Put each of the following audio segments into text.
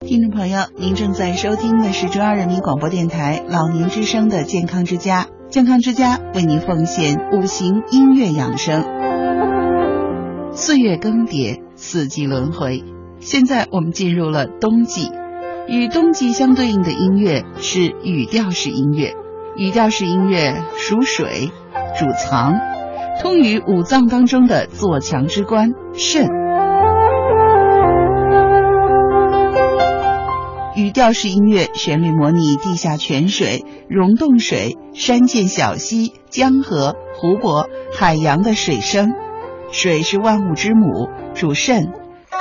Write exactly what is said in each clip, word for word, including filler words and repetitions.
听众朋友，您正在收听的是中央人民广播电台老年之声的健康之家，健康之家为您奉献五行音乐养生。岁月更迭，四季轮回，现在我们进入了冬季，与冬季相对应的音乐是语调式音乐。语调式音乐属水，主藏，通于五脏当中的座强之官肾。语调式音乐旋律模拟地下泉水、溶洞水、山涧小溪、江河、湖泊、海洋的水声。水是万物之母，主肾。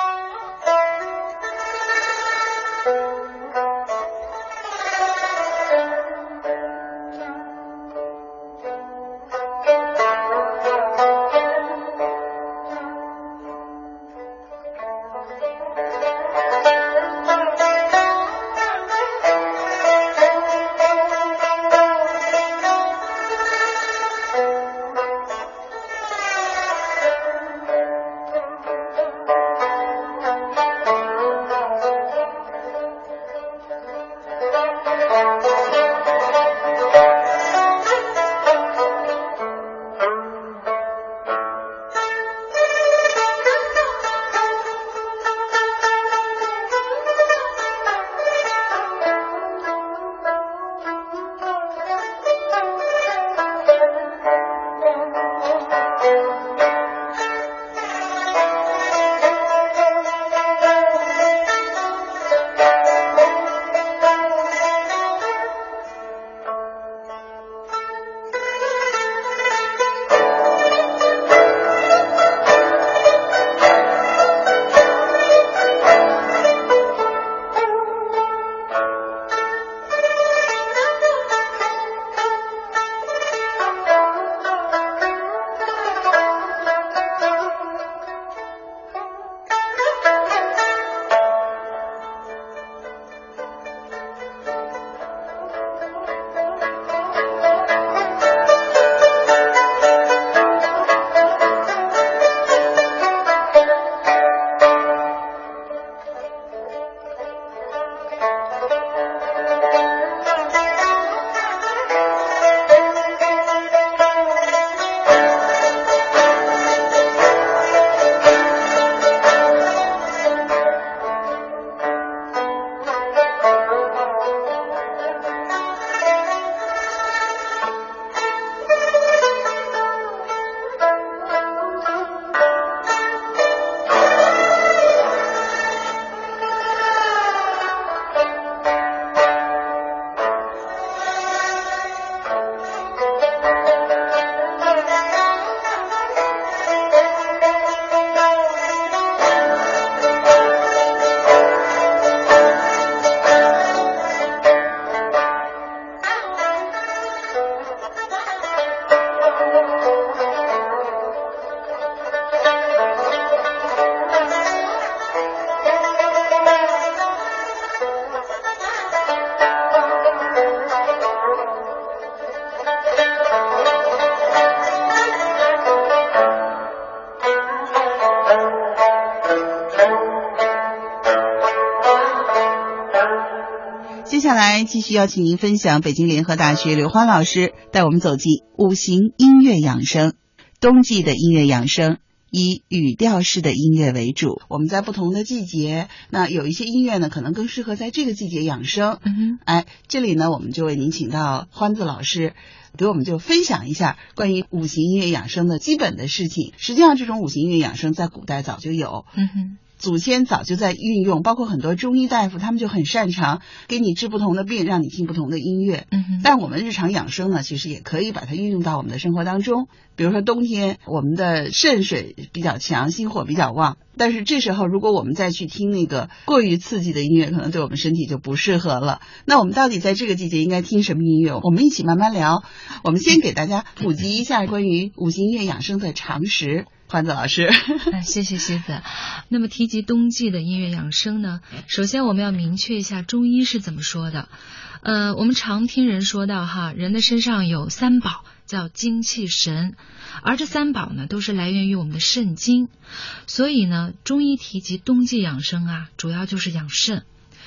接下来继续邀请您分享北京联合大学刘欢老师带我们走进五行音乐养生。冬季的音乐养生以语调式的音乐为主，我们在不同的季节，那有一些音乐呢可能更适合在这个季节养生。嗯哼，哎，这里呢我们就为您请到欢子老师给我们就分享一下关于五行音乐养生的基本的事情。实际上这种五行音乐养生在古代早就有，嗯哼，祖先早就在运用，包括很多中医大夫他们就很擅长给你治不同的病，让你听不同的音乐。嗯哼，但我们日常养生呢其实也可以把它运用到我们的生活当中。比如说冬天我们的肾水比较强，心火比较旺，但是这时候如果我们再去听那个过于刺激的音乐，可能对我们身体就不适合了。那我们到底在这个季节应该听什么音乐？我们一起慢慢聊。我们先给大家普及一下关于五行音乐养生的常识。欢子老师谢谢西子。那么提及冬季的音乐养生呢，首先我们要明确一下中医是怎么说的。呃，我们常听人说到哈，人的身上有三宝，叫精气神，而这三宝呢都是来源于我们的肾精。所以呢，中医提及冬季养生啊，主要就是养肾。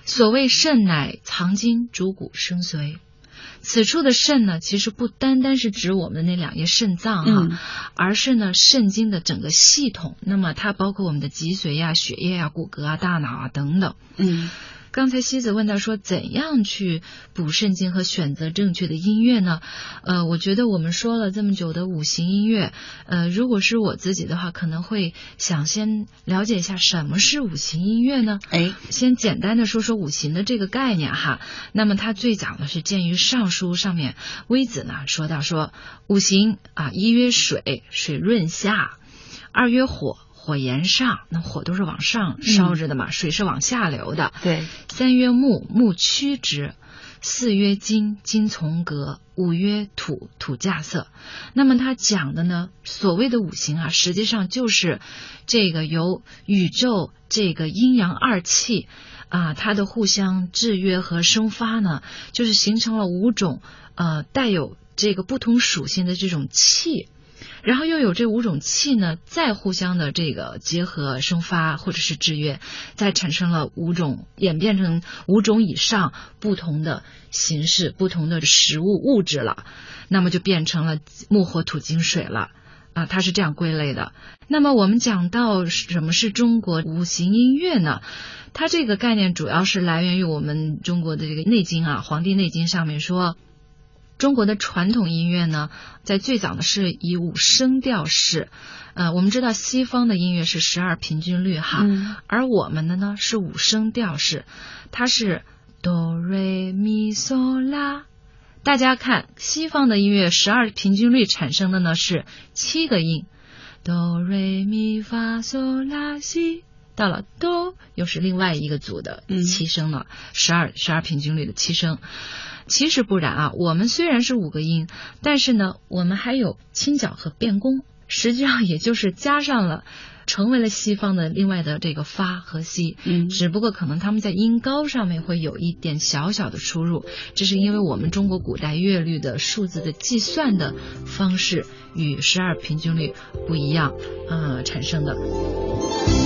所谓肾乃藏精主骨生髓，此处的肾呢，其实不单单是指我们的那两叶肾脏哈、 嗯， 而是呢肾经的整个系统。那么它包括我们的脊髓呀、血液呀、骨骼啊、大脑啊等等。 嗯。 刚才西子问到说怎样去补肾经和选择正确的音乐呢？呃，我觉得我们说了这么久的五行音乐，呃，如果是我自己的话，可能会想先了解一下什么是五行音乐呢？ 哎， 先简单的说说五行的这个概念哈。那么它最早呢是见于《尚书》上面，微子呢说到说五行啊，一曰水，水润下；二曰火。火炎上，那火都是往上烧着的嘛，嗯、水是往下流的。 对。 三曰木，木驱之；四曰金，金从革；五曰土，土稼色。那么他讲的呢，所谓的五行啊，实际上就是这个由宇宙这个阴阳二气啊，它的互相制约和生发呢，就是形成了五种呃带有这个不同属性的这种气。然后又有这五种气呢，再互相的这个结合生发或者是制约，再产生了五种，演变成五种以上不同的形式、不同的食物物质了，那么就变成了木火土金水了啊，它是这样归类的。那么我们讲到什么是中国五行音乐呢？它这个概念主要是来源于我们中国的这个内经啊，《黄帝内经》上面说。中国的传统音乐呢，在最早呢是以五声调式，呃，我们知道西方的音乐是十二平均律哈，嗯、而我们的呢是五声调式，它是哆瑞咪嗦拉。大家看，西方的音乐十二平均律产生的呢是七个音，哆瑞咪发嗦拉西。到了哆又是另外一个组的七声了，十二十二平均律的七声。其实不然啊，我们虽然是五个音，但是呢，我们还有清角和变宫，实际上也就是加上了，成为了西方的另外的这个发和西，嗯，只不过可能他们在音高上面会有一点小小的出入，这是因为我们中国古代乐律的数字的计算的方式与十二平均律不一样，呃，产生的。